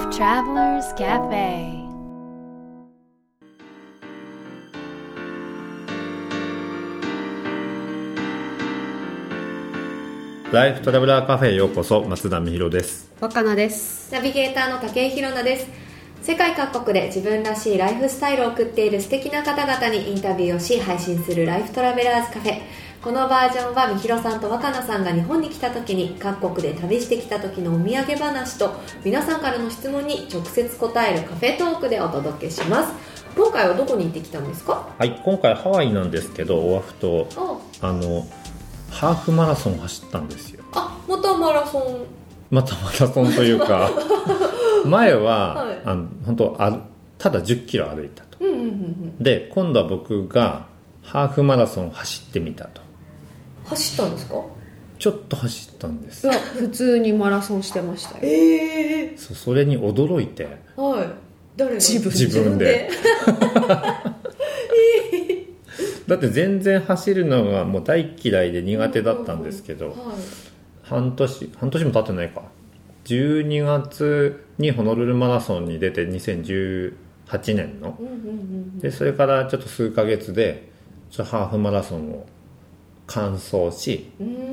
Travelers Cafe。 ライフトラベラーカフェへようこそ。松田美弘です。 若菜です。 ナビゲーターの武井宏奈です。世界各国で自分らしいライフスタイルを送っている素敵な方々にインタビューをし配信するライフトラベラーズカフェ。このバージョンは美弘さんと若菜さんが日本に来た時に各国で旅してきた時のお土産話と皆さんからの質問に直接答えるカフェトークでお届けします。今回はどこに行ってきたんですか？ はい、今回ハワイなんですけど、オアフとハーフマラソンを走ったんですよ。 またマラソン。 またマラソンというか前は、 はい、 本当ただ10キロ歩いたと、で今度は僕がハーフマラソンを走ってみたと。 走ったんですか？ ちょっと走ったんです。 普通にマラソンしてましたよ。 それに驚いて、 はい、誰が？ 自分でだって全然走るのがもう大嫌いで苦手だったんですけど、半年も経ってないか、12月にホノルルマラソンに出て2018年の、でそれからちょっと数ヶ月でハーフマラソンを完走し、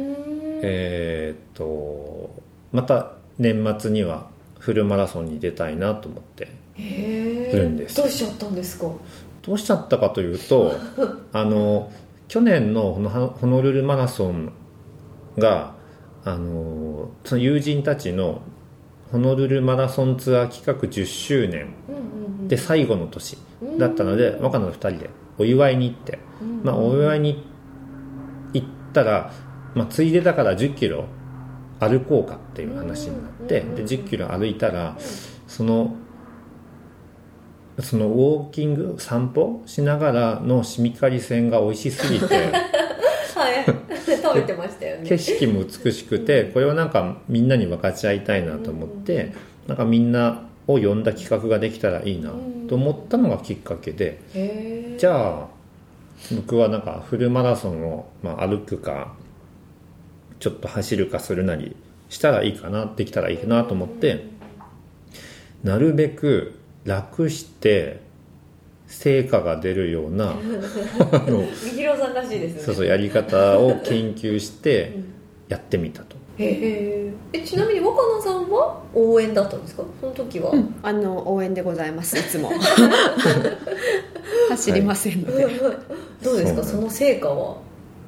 また年末にはフルマラソンに出たいなと思ってるんです。 どうしちゃったんですか？ どうしちゃったかというと去年のホノルルマラソンがその友人たちのホノルルマラソンツアー企画10周年で最後の年だったので、若菜の2人でお祝いに行って、お祝いに行ったら、ついでだから10キロ歩こうかっていう話になって、で10キロ歩いたらそのウォーキング散歩しながらのしみかり線が美味しすぎてはい食べてましたよね。 景色も美しくて、これをなんかみんなに分かち合いたいなと思って、なんかみんなを呼んだ企画ができたらいいなと思ったのがきっかけで、じゃあ僕はなんかフルマラソンを歩くかちょっと走るかするなりしたらいいかな、できたらいいかなと思って、なるべく楽して成果が出るようなみひろさんらしいですね。 そうやり方を研究してやってみたと。 ちなみに若菜さんは応援だったんですか？その時は、 応援でございます。いつも走りませんので、 どうですか？その成果は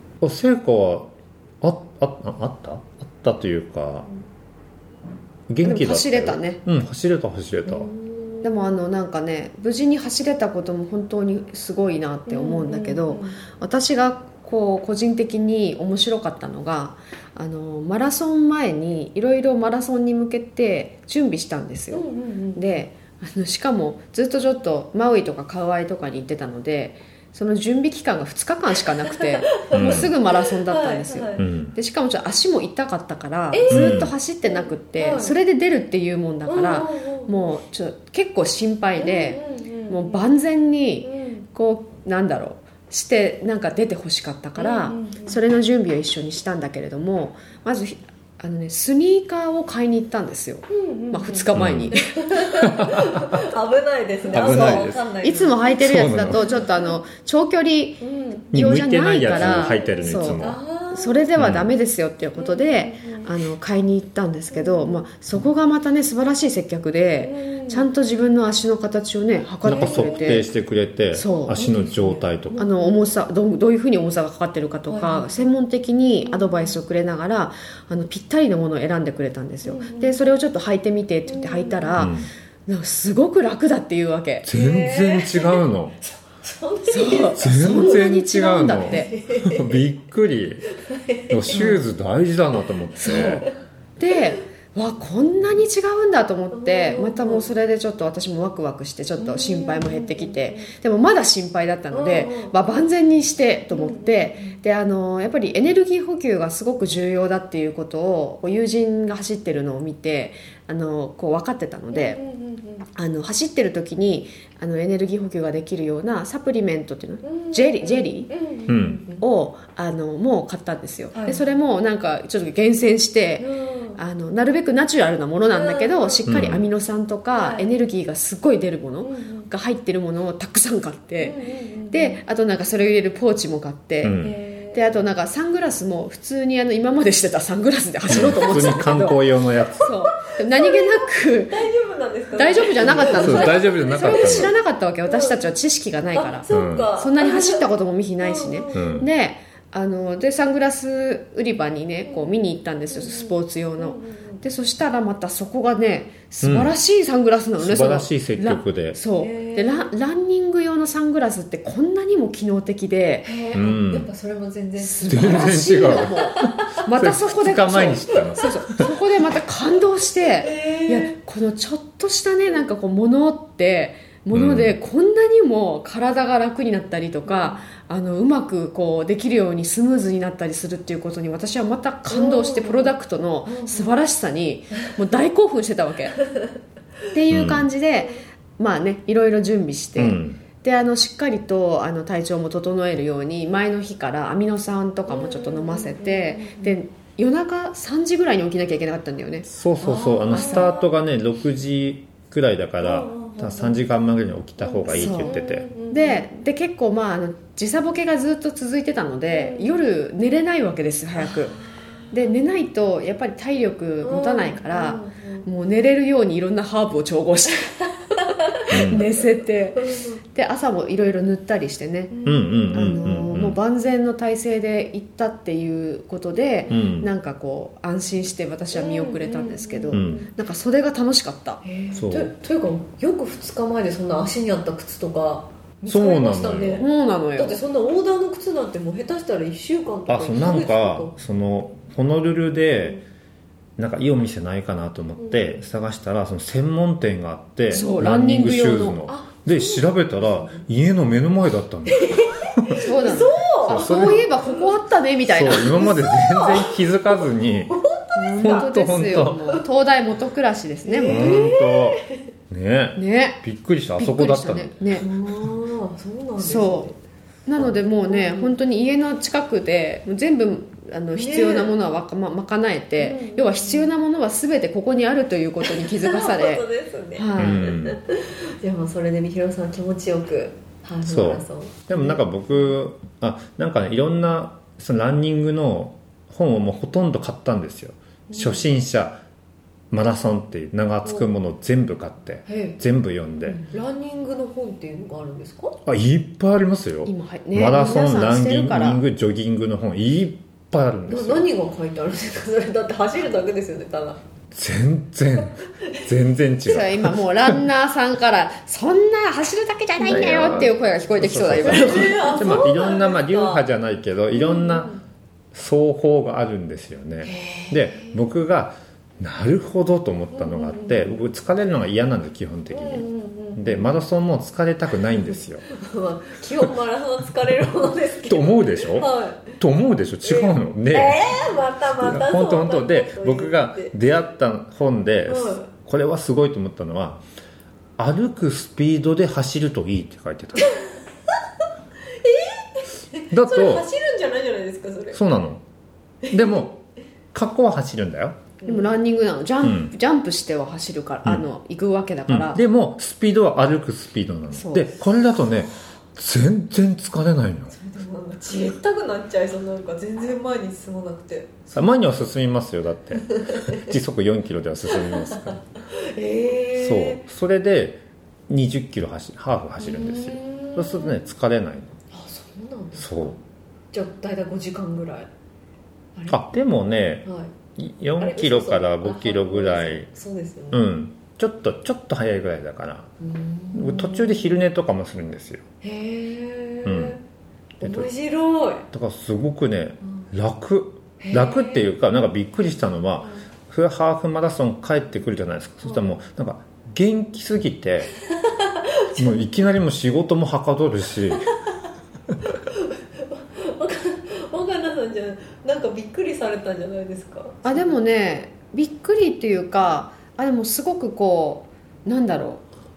あったというか、元気だったよ。 走れたね。 走れた。 でもなんかね、無事に走れたことも本当にすごいなって思うんだけど、私が個人的に面白かったのがマラソン前にいろいろマラソンに向けて準備したんですよ。でしかもずっとちょっとマウイとかカウアイとかに行ってたので、その準備期間が2日間しかなくてもうすぐマラソンだったんですよ。でしかもちょっと足も痛かったから、ずっと走ってなくって、それで出るっていうもんだから、もう結構心配で、もう万全にしてなんか出てほしかったから、それの準備を一緒にしたんだけれども、まずスニーカーを買いに行ったんですよ。2日前に、 危ないですね。 危ないです。 いつも履いてるやつだとちょっと長距離用じゃないから、 履いてるのいつも。 それではダメですよっていうことで、買いに行ったんですけど、そこがまたね素晴らしい接客で、ちゃんと自分の足の形をね測ってくれて、 測定してくれて、足の状態とか重さどういうふうに重さがかかってるかとか、専門的にアドバイスをくれながらぴったりのものを選んでくれたんですよ。でそれをちょっと履いてみてって言って履いたら、なんかすごく楽だっていうわけ。 全然違うの。 全然違うんだって。 びっくり。シューズ大事だなと思って。 でこんなに違うんだと思って、またもうそれでちょっと私もワクワクして、ちょっと心配も減ってきて、でもまだ心配だったので、万全にしてと思って、でやっぱりエネルギー補給がすごく重要だっていうことを友人が走ってるのを見て分かってたので、走ってる時にエネルギー補給ができるようなサプリメントっていうの、ジェリーをもう買ったんですよ。でそれもなんかちょっと厳選して、 なるべくナチュラルなものなんだけど、しっかりうんアミノ酸とかはいエネルギーがすごい出るものうんうんが入ってるものをたくさん買って、 うんうんうんであとなんかそれを入れるポーチも買って、 うんへーであとなんかサングラスも普通に今までしてたサングラスで走ろうと思っ普通にてたんだけど、 観光用のやつそうでも何気なく大丈夫なんですか？ 大丈夫じゃなかったの。 そう大丈夫じゃなかったそれを知らのなかったわけ。私たちは知識がないからあ、そうか、 そんなに走ったことも見ひないしね、 うんでサングラス売り場にねこう見に行ったんですよ、スポーツ用の。でそしたらまたそこがね素晴らしいサングラスなのね、 素晴らしい積極でそうへーでランニング用のサングラスってこんなにも機能的でへうんーやっぱそれも全然素晴らしいの。 全然違うもうまたそこで 2日前に知ったのそうそこでまた感動して、いやこのちょっとしたねなんかこう物でこんなにも体が楽になったりとか、うまくこうできるようにスムーズになったりするっていうことに私はまた感動して、プロダクトの素晴らしさにもう大興奮してたわけっていう感じで、まあねいろいろ準備して、 うんでしっかりと体調も整えるように前の日からアミノ酸とかもちょっと飲ませて、で夜中3時ぐらいに起きなきゃいけなかったんだよね。 そうそうそうスタートがね6時くらいだから3時間前ぐらいに起きた方がいいって言ってて、 で結構時差ボケがずっと続いてたので、夜寝れないわけです早く。で寝ないとやっぱり体力持たないから、もう寝れるようにいろんなハーブを調合して寝せて、で朝もいろいろ塗ったりしてね、もう万全の体制で行ったっていうことで、なんかこう安心して私は見送れたんですけど、なんかそれが楽しかった。 そうというかよく2日前でそんな足にあった靴とか見つかりましたね。 そうなのよ。 だってそんなオーダーの靴なんてもう下手したら1週間とかなんかそのホノルルでなんかいいお店ないかなと思って探したら、その専門店があって、 そうランニングシューズランニングので調べたら家の目の前だったんだよそうなの。そういえばここあったねみたいな。 そう今まで全然気づかずに本当ですよ。もう東大元暮らしですね。もう本当ねびっくりした。あそこだったのね。 そうなんですね。 そうなのでもうね、本当に家の近くで全部必要なものは賄えて、要は必要なものは全てここにあるということに気づかされ本当ですね。 はいでもそれでみひろさん気持ちよくハーフマラソン。 でもなんか僕なんかねいろんなそのランニングの本をもうほとんど買ったんですよ。初心者マラソンっていう名が付くものを全部買って全部読んで、 ランニングの本っていうのがあるんですか？ いっぱいありますよ。 今ねマラソン皆さランニんしてるからングジョギングの本いっぱいあるんですよ。 何が書いてあるんですか？それだって走るだけですよね、ただ。 全然違う。 それ今もうランナーさんからそんな走るだけじゃないんだよっていう声が聞こえてきそうだ今。 でもいろんな流派じゃないけどいろんな奏法があるんですよね。で僕がなるほどと思ったのがあって、僕疲れるのが嫌なんです基本的に。でマラソンも疲れたくないんですよ。 基本マラソンは疲れるものですけど。 と思うでしょ、と思うでしょ。違うのね。 また本当で僕が出会った本で、これはすごいと思ったのは、歩くスピードで走るといいって書いてた。だとそれ走るんじゃないじゃないですかそれ。 そうなの。でも過去は走るんだよ。 でもランニングなのジャンプしては走るから、行くわけだから、 でもスピードは歩くスピードなので、これだとね全然疲れないの。 ちげったくなっちゃいそう。なんか全然前に進まなくて。 前には進みますよ。だって時速4キロでは進みますからそうそれで20キロハーフ走るんですよ。そうするとね疲れないの。 そうなんですか。 そうじゃあ大体5時間ぐらい。 でもね、4キロから5キロぐらい。 そうですよね。 ちょっと早いぐらいだから、途中で昼寝とかもするんですよ。 へえ、面白い。 だからすごくね、楽っていうか、なんかびっくりしたのは、ハーフマラソン帰ってくるじゃないですか。そしたらもうなんか元気すぎてもういきなりもう仕事もはかどるし若菜さんじゃなんかびっくりされたんじゃないですか？ でもねびっくりっていうかでもすごくこうなんだろう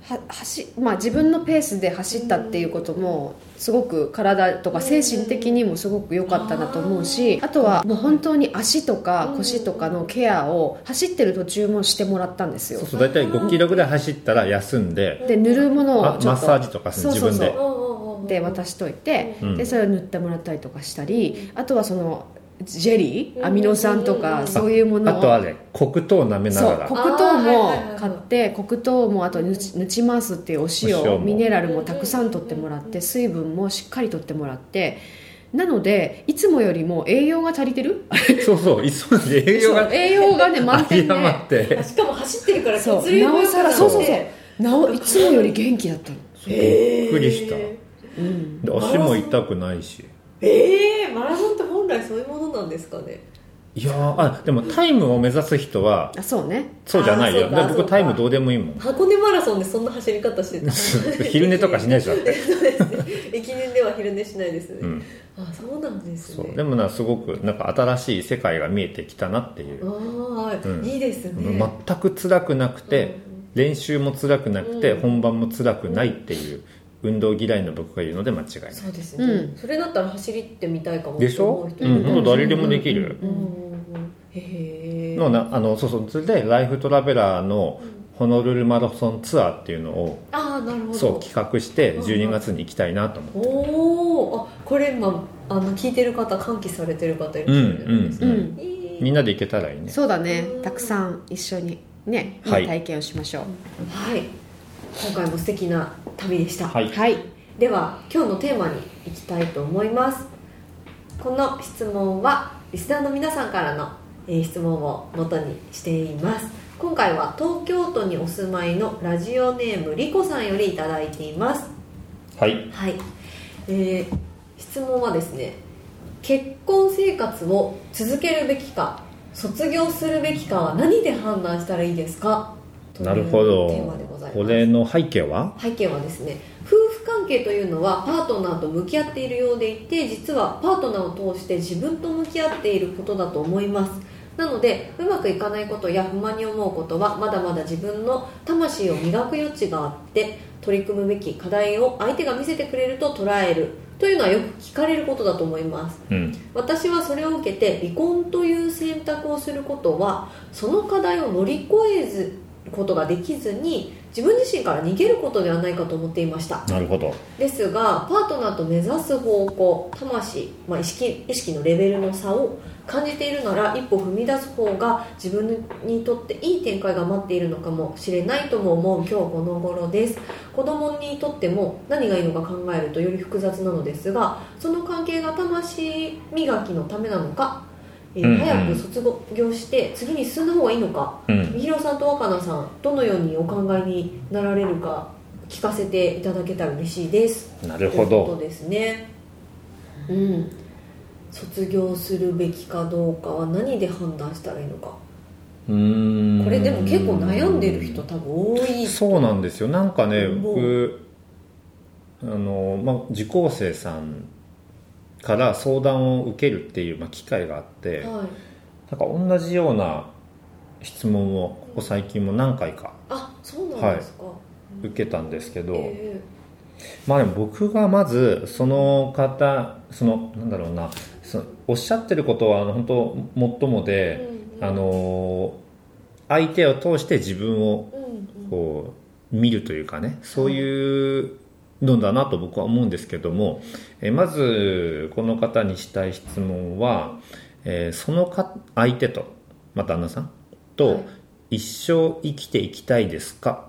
自分のペースで走ったっていうこともすごく体とか精神的にもすごく良かったなと思うし、あとはもう本当に足とか腰とかのケアを走ってる途中もしてもらったんですよ。 そうそう、大体5キロぐらい走ったら休んで、 で塗るものをちょっとマッサージとかする、自分でで渡しといて、 うんでそれを塗ってもらったりとかしたり、あとはそのジェリー、アミノ酸とかそういうものを、 あとあれ黒糖舐めながら、 そう黒糖も買って黒糖もあと塗ちますっていうおお塩塩もミネラルもたくさん取ってもらって、水分もしっかり取ってもらって、なのでいつもよりも栄養が足りてるそうそう、いつもで栄養がそう栄養がね満点で有り余ってしかも走ってるからそう血流もなおさら良くなってそうそうそういつもより元気だったの。 びっくりした、 うんで足も痛くないし、 マラソンって本来そういうものなんですかね。 いやー、でもタイムを目指す人はあそうねそうじゃないよ。 あーそうかで僕そうかタイムどうでもいいもん箱根マラソンでそんな走り方してた昼寝とかしないでしょだって、 そうですね、駅伝では昼寝しないですね、 うん、 あ、そうなんですね。 そうでもすごくなんか新しい世界が見えてきたなっていう、 ああ、 うんいいですね。 全く辛くなくて、練習も辛くなくて、本番も辛くないっていう、運動嫌いの僕が言うので間違いないそうですね、 うんそれだったら走りってみたいかもでしょ、本当誰でもできる、 へえ。 そうそう、それでライフトラベラーのホノルルマラソンツアーっていうのを、 ああ、なるほど。 そう企画して12月に行きたいなと思って、 おお、あ、これ今聞いてる方、歓喜されてる方いらっしゃるんですね、 うんみんなで行けたらいいね。 そうだね、たくさん一緒にねいいはい体験をしましょう。 はい、今回も素敵な旅でした、 はい、 はい、 では今日のテーマに行きたいと思います。この質問はリスナーの皆さんからの、質問を元にしています。今回は東京都にお住まいのラジオネームリコさんよりいただいています。 はい、 はい、質問はですね、結婚生活を続けるべきか卒業するべきかは何で判断したらいいですか、というなるほど。 テーマでございます。 これの背景は、 背景はですね、夫婦関係というのはパートナーと向き合っているようでいて、実はパートナーを通して自分と向き合っていることだと思います。なのでうまくいかないことや不満に思うことはまだまだ自分の魂を磨く余地があって、取り組むべき課題を相手が見せてくれると捉えるというのはよく聞かれることだと思います。私はそれを受けて離婚という選択をすることはその課題を乗り越えることができずに自分自身から逃げることではないかと思っていました。 なるほど。 ですがパートナーと目指す方向、魂、意識のレベルの差を感じているなら、一歩踏み出す方が自分にとっていい展開が待っているのかもしれないとも思う今日この頃です。子供にとっても何がいいのか考えるとより複雑なのですが、その関係が魂磨きのためなのか、早く卒業して次に進んだ方がいいのか、みひろさんと若菜さんどのようにお考えになられるか聞かせていただけたら嬉しいです。 なるほど。 ということですね。卒業するべきかどうかは何で判断したらいいのか。これでも結構悩んでる人多分多い。 そうなんですよ。なんかね、僕受講生さんから相談を受けるっていう、機会があって、なんか同じような質問をここ最近も何回か、 そうなんですか、 受けたんですけど、でも僕がまずその方、なんだろうな、おっしゃってることは本当もっともで、相手を通して自分をこう見るというかね、そういうのだなと僕は思うんですけども、まずこの方にしたい質問は、その相手と、旦那さんと一生生きていきたいですか、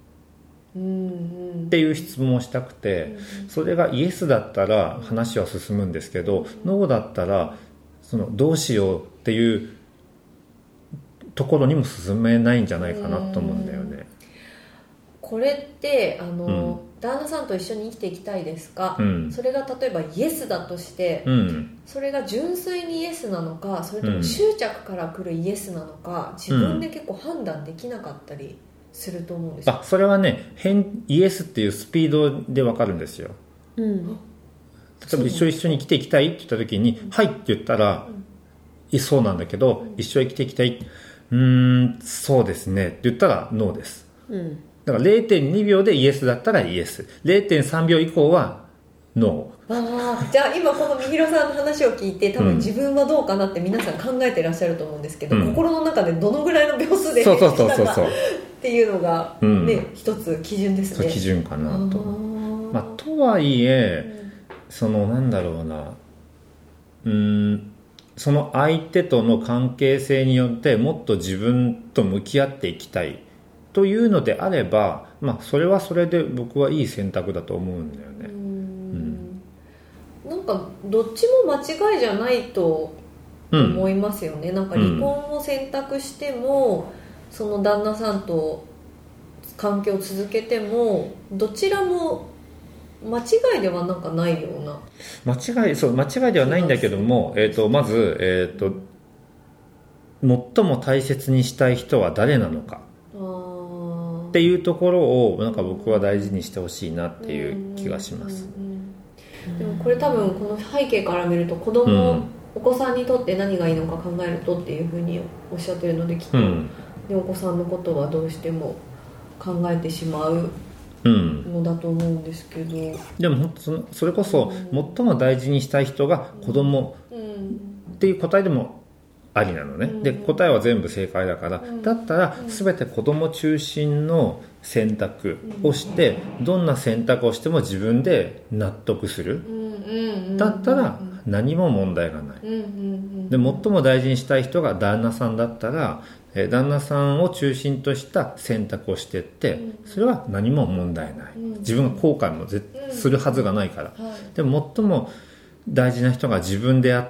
っていう質問をしたくて、それがイエスだったら話は進むんですけど、ノーだったらどうしようっていうところにも進めないんじゃないかなと思うんだよね。 これって旦那さんと一緒に生きていきたいですか、それが例えばイエスだとして、それが純粋にイエスなのか、それとも執着から来るイエスなのか、自分で結構判断できなかったりすると思うんですよ。 それはね、イエスっていうスピードで分かるんですよ。例えば一緒に生きていきたいって言った時にはいって言ったら、そうなんだけど、一生生きていきたい、そうですねって言ったらノーです。 だから 0.2 秒でイエスだったらイエス、 0.3 秒以降はノー。 じゃあ今このみひろさんの話を聞いて多分自分はどうかなって皆さん考えてらっしゃると思うんですけど、心の中でどのぐらいの秒数でそうっていうのがね、一つ基準ですね。 基準かなと。とはいえ、そのなんだろうな、その相手との関係性によってもっと自分と向き合っていきたいというのであれば、それはそれで僕はいい選択だと思うんだよね。 なんかどっちも間違いじゃないと思いますよね。なんか離婚を選択しても、その旦那さんと関係を続けてもどちらも間違いではなんかないような。間違いではないんだけども、まず、最も大切にしたい人は誰なのかっていうところをなんか僕は大事にしてほしいなっていう気がします。 でもこれ多分この背景から見ると子供、お子さんにとって何がいいのか考えるとっていうふうにおっしゃってるので、きっと、でお子さんのことはどうしても考えてしまうのだと思うんですけど、 でもそれこそ最も大事にしたい人が子供っていう答えでもありなのね。で答えは全部正解だから、だったら全て子供中心の選択をして、どんな選択をしても自分で納得する、だったら何も問題がない。で最も大事にしたい人が旦那さんだったら、旦那さんを中心とした選択をしていって、それは何も問題ない。自分が後悔もするはずがないから。でも最も大事な人が自分であって、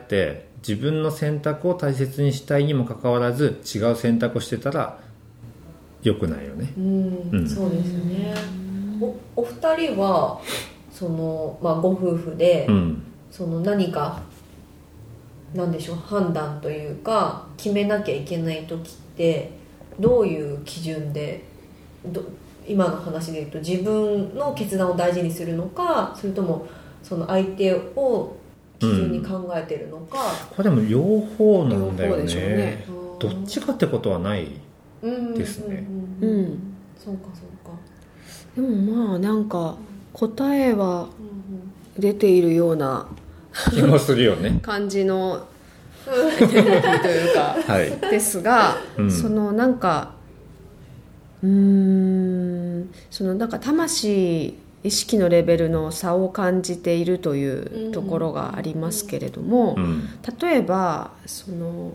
自分の選択を大切にしたいにもかかわらず違う選択をしてたら良くないよね。 そうですね。お二人はその、ご夫婦で、その何かなんでしょう、判断というか決めなきゃいけない時ってどういう基準で、今の話で言うと自分の決断を大事にするのか、それともその相手を基準に考えてるのか、 これでも両方なんだよ両方でしょうね。 ね。 どっちかってことはないですね。 そうかそうか。 でもなんか答えは出ているような気もするよね。 感じのエネルギーというか、ですが、そのなんかそのなんか魂意識のレベルの差を感じているというところがありますけれども、例えばその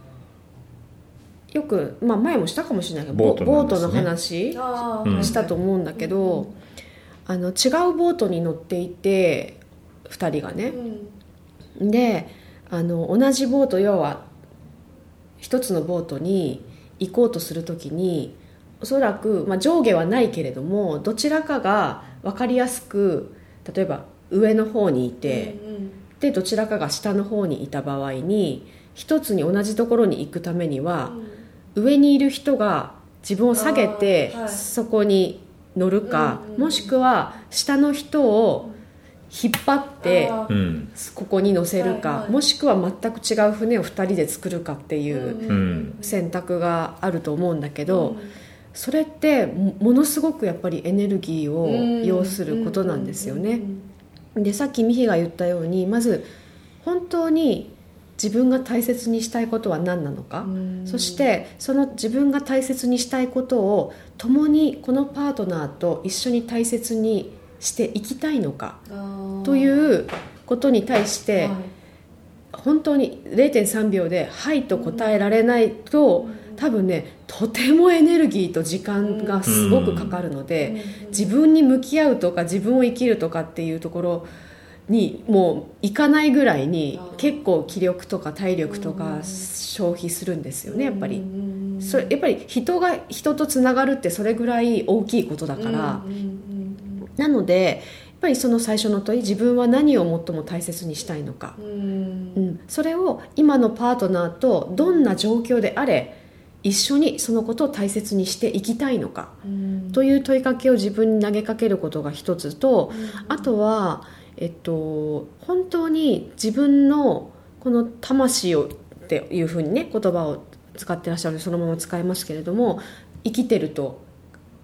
よく、前もしたかもしれないけどボートの話したと思うんだけど、違うボートに乗っていて2人がね、で同じボート、要は一つのボートに行こうとするときにおそらく、上下はないけれどもどちらかが分かりやすく、例えば上の方にいて、でどちらかが下の方にいた場合に、一つに同じところに行くためには、上にいる人が自分を下げてそこに乗るか、もしくは下の人を引っ張ってここに乗せるか、もしくは全く違う船を2人で作るかっていう選択があると思うんだけど、それってものすごくやっぱりエネルギーを要することなんですよね。でさっきミヒが言ったように、まず本当に自分が大切にしたいことは何なのか、そしてその自分が大切にしたいことを共にこのパートナーと一緒に大切にしていきたいのかということに対して、本当に 0.3 秒ではいと答えられないと、多分ねとてもエネルギーと時間がすごくかかるので、自分に向き合うとか自分を生きるとかっていうところにもういかないぐらいに結構気力とか体力とか消費するんですよね。やっぱり人が人とつながるってそれぐらい大きいことだから、なのでやっぱりその最初の問い、自分は何を最も大切にしたいのか、それを今のパートナーとどんな状況であれ一緒にそのことを大切にしていきたいのか、という問いかけを自分に投げかけることが一つと、あとは本当に自分のこの魂をっていうふうにね言葉を使ってらっしゃるのでそのまま使いますけれども、生きてると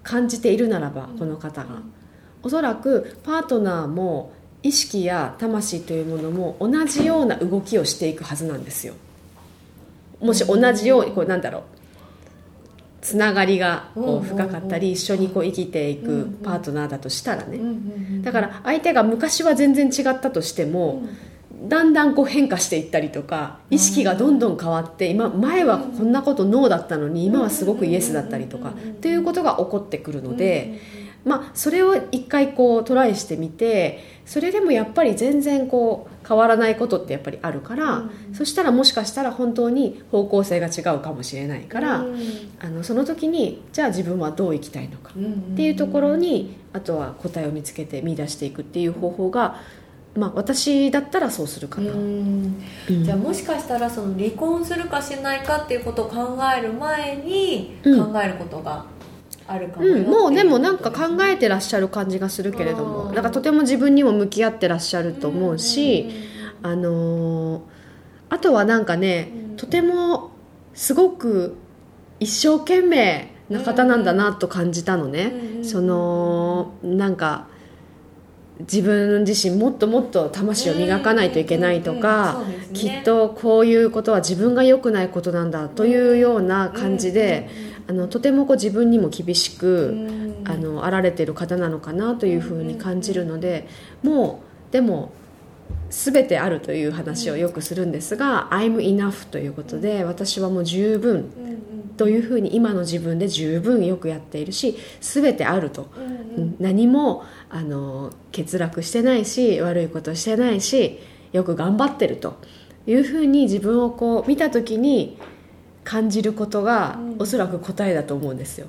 感じているならば、この方がおそらくパートナーも意識や魂というものも同じような動きをしていくはずなんですよ。もし同じようにこうなんだろう、つながりがこう深かったり、一緒にこう生きていくパートナーだとしたらね、だから相手が昔は全然違ったとしても、だんだんこう変化していったりとか、意識がどんどん変わって、前はこんなことノーだったのに今はすごくイエスだったりとかっていうことが起こってくるので、それを一回こうトライしてみて、それでもやっぱり全然こう変わらないことってやっぱりあるから、そしたらもしかしたら本当に方向性が違うかもしれないから、その時にじゃあ自分はどう生きたいのかっていうところに、あとは答えを見つけて見出していくっていう方法が、私だったらそうするかな。 じゃあもしかしたらその離婚するかしないかっていうことを考える前に考えることがあるかもよ、 もうでもなんか考えてらっしゃる感じがするけれども、なんかとても自分にも向き合ってらっしゃると思うし、あとはなんかね、とてもすごく一生懸命な方なんだなと感じたのね。そのなんか自分自身もっともっと魂を磨かないといけないとか、きっとこういうことは自分が良くないことなんだというような感じで、とてもこう自分にも厳しくあられている方なのかなというふうに感じるので、もうでも全てあるという話をよくするんですが、I'm enough ということで、私はもう十分というふうに今の自分で十分よくやっているし、全てあると、何も欠落してないし、悪いことしてないし、よく頑張ってるというふうに自分をこう見た時に感じることが、おそらく答えだと思うんですよ。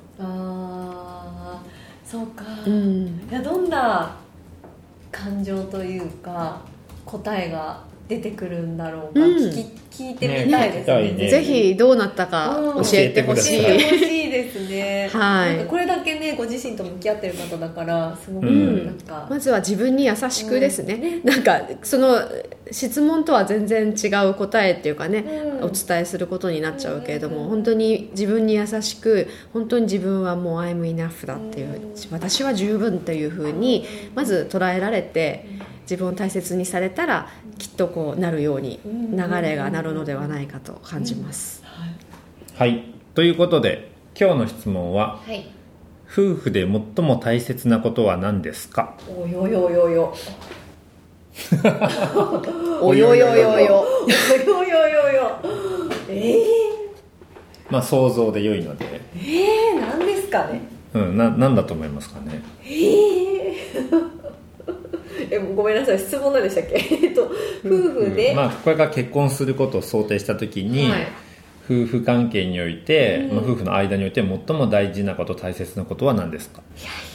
そうか、いやどんな感情というか答えが出てくるんだろうか、聞いてみたいですね。 ぜひどうなったか教えてほしい。 教えてほしいですね。 はい、 なんかこれだけねご自身と向き合ってる方だからすごくなんか、 まずは自分に優しくですね、なんかその質問とは全然違う答えっていうかね、お伝えすることになっちゃうけれども、本当に自分に優しく、本当に自分はもう I'm enough だっていう、私は十分というふうにまず捉えられて、自分を大切にされたらきっとこうなるように流れがなるのではないかと感じます。 はい、ということで今日の質問は、夫婦で最も大切なことは何ですか？ およよよよおよよよよよよ想像で良いので、 何ですかね。 何だと思いますかね。 ごめんなさい、質問何でしたっけ？夫婦で、 これから結婚することを想定したときに、夫婦関係において、夫婦の間において最も大事なこと、大切なことは何ですか？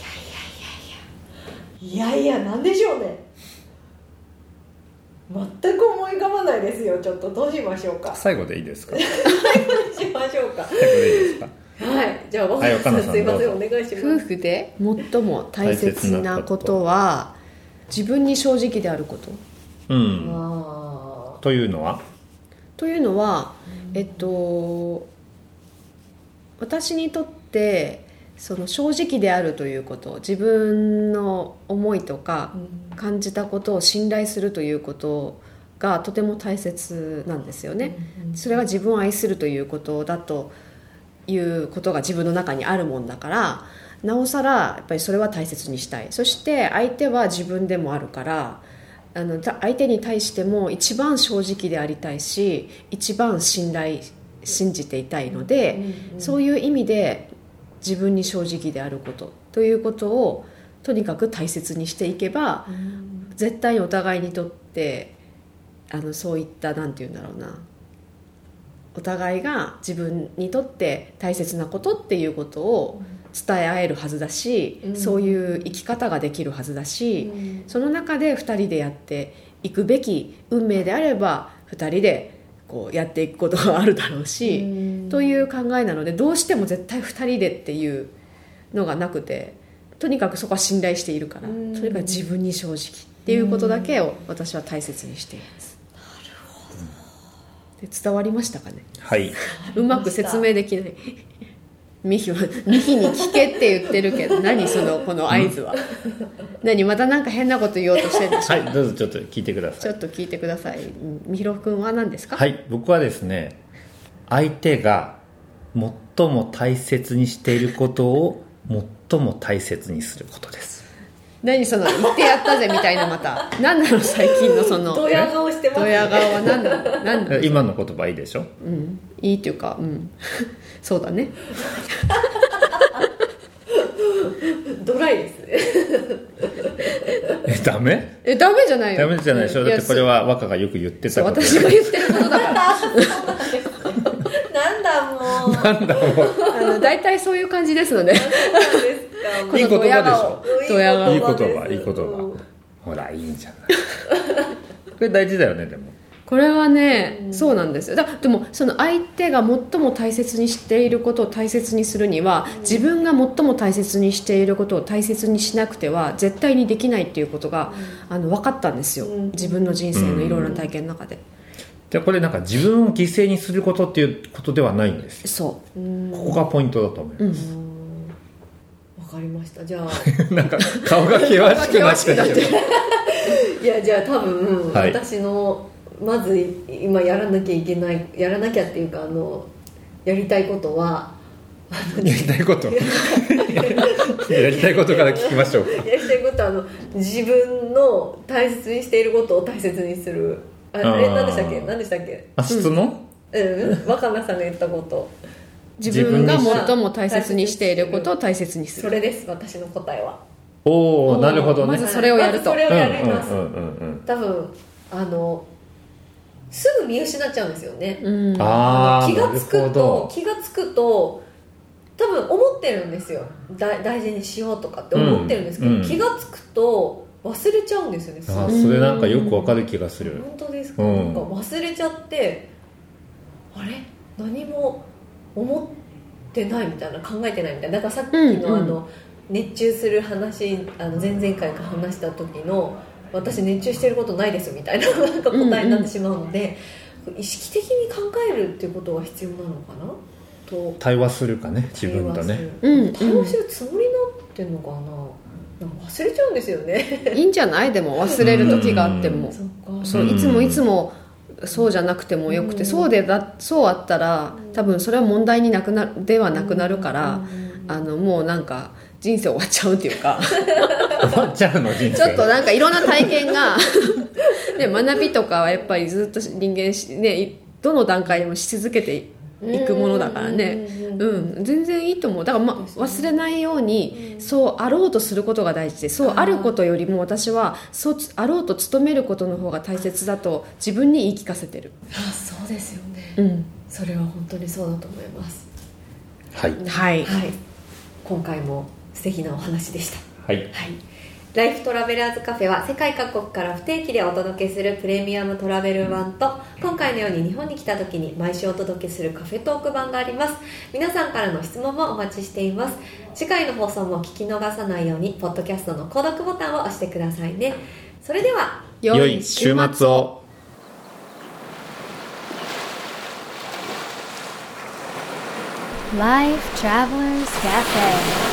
いや何でしょうね。全く思い浮かばないですよ。ちょっとどうしましょうか。 最後でいいですか？ 最後にしましょうか。 最後でいいですか？ はい、じゃあ若菜さんすいません、お願いします。 夫婦で最も大切なことは自分に正直であること。 というのは私にとってその正直であるということ、自分の思いとか感じたことを信頼するということがとても大切なんですよね。それが自分を愛するということだということが自分の中にあるもんだから、なおさらやっぱりそれは大切にしたい。そして相手は自分でもあるから、相手に対しても一番正直でありたいし、一番信じていたいので、そういう意味で自分に正直であることということをとにかく大切にしていけば、絶対にお互いにとってそういったなんていうんだろうな、お互いが自分にとって大切なことっていうことを伝え合えるはずだし、そういう生き方ができるはずだし、その中で2人でやっていくべき運命であれば2人でこうやっていくことがあるだろうし、という考えなので、どうしても絶対2人でっていうのがなくて、とにかくそこは信頼しているから、とにかく自分に正直っていうことだけを私は大切にしています。 なるほど。 で伝わりましたかね。 はい。 うまく説明できないミヒに聞けって言ってるけど何この合図は何またなんか変なこと言おうとしてるんでしょ。 はい、どうぞちょっと聞いてください。 ちょっと聞いてください。みひろくんは何ですか？ はい、僕はですね、相手が最も大切にしていることを最も大切にすることです。 何言ってやったぜみたいな、また何なの最近のドヤ顔してますね。 ドヤ顔は何なの今の言葉いいでしょ。 いいっていうか、そうだね。 ドライですね。 ダメ？ ダメじゃないよ。 ダメじゃないでしょ。だってこれは若がよく言ってたこと。 私が言ってることだからなんだもう。 なんだもう。 大体そういう感じですので。 いい言葉でしょ。 ドヤ顔。 いい言葉。ほらいいんじゃない。これ大事だよね。でもこれはね、そうなんですよ。でも相手が最も大切にしていることを大切にするには、自分が最も大切にしていることを大切にしなくては絶対にできないっていうことが、分かったんですよ。自分の人生のいろいろな体験の中で。 でこれなんか自分を犠牲にすることっていうことではないんですよ。 そう。 ここがポイントだと思います。 わかりました。じゃあなんか顔が険しくなってるけど。 いやじゃあ多分、 はい、 私のまず今やらなきゃっていうかやりたいことはやりたいことから聞きましょうか。 やりたいことは自分の大切にしていることを大切にする。何でしたっけ質問？ 若菜さんが言ったこと。 自分が最も大切にしていることを大切にする。 それです、私の答えは。 おお、なるほどね。 まずそれをやると。 それをやります。多分すぐ見失っちゃうんですよね。気がつくと多分思ってるんですよ。大事にしようとかって思ってるんですけど、気がつくと忘れちゃうんですよね。 それなんかよくわかる気がする。 本当ですか？なんか忘れちゃって、あれ何も思ってないみたいな、考えてないみたいな。だからさっきの熱中する話、前々回か話した時の私熱中してることないですみたいな、なんか答えになってしまうので、意識的に考えるっていうことが必要なのかなと。 対話するかね、自分とね。 対話するつもりになってんのかな。なんか忘れちゃうんですよね。 いいんじゃない？でも忘れる時があっても、そういつもそうじゃなくてもよくて、そうあったら多分それは問題にではなくなるから、もうなんか人生終わっちゃうっていうか終わっちゃうの人生。 ちょっとなんかいろんな体験がで学びとかはやっぱりずっと人間ね、どの段階でもし続けていくものだからね、全然いいと思う。だから忘れないようにそうあろうとすることが大事で、そうあることよりも私はそうあろうと努めることの方が大切だと自分に言い聞かせてる。 そうですよね、それは本当にそうだと思います。 はい、 今回も素敵なお話でした。 ライフトラベラーズカフェは世界各国から不定期でお届けするプレミアムトラベル版と、今回のように日本に来た時に毎週お届けするカフェトーク版があります。皆さんからの質問もお待ちしています。次回の放送も聞き逃さないようにポッドキャストの購読ボタンを押してくださいね。それでは良い週末を。 Life Travelers Cafe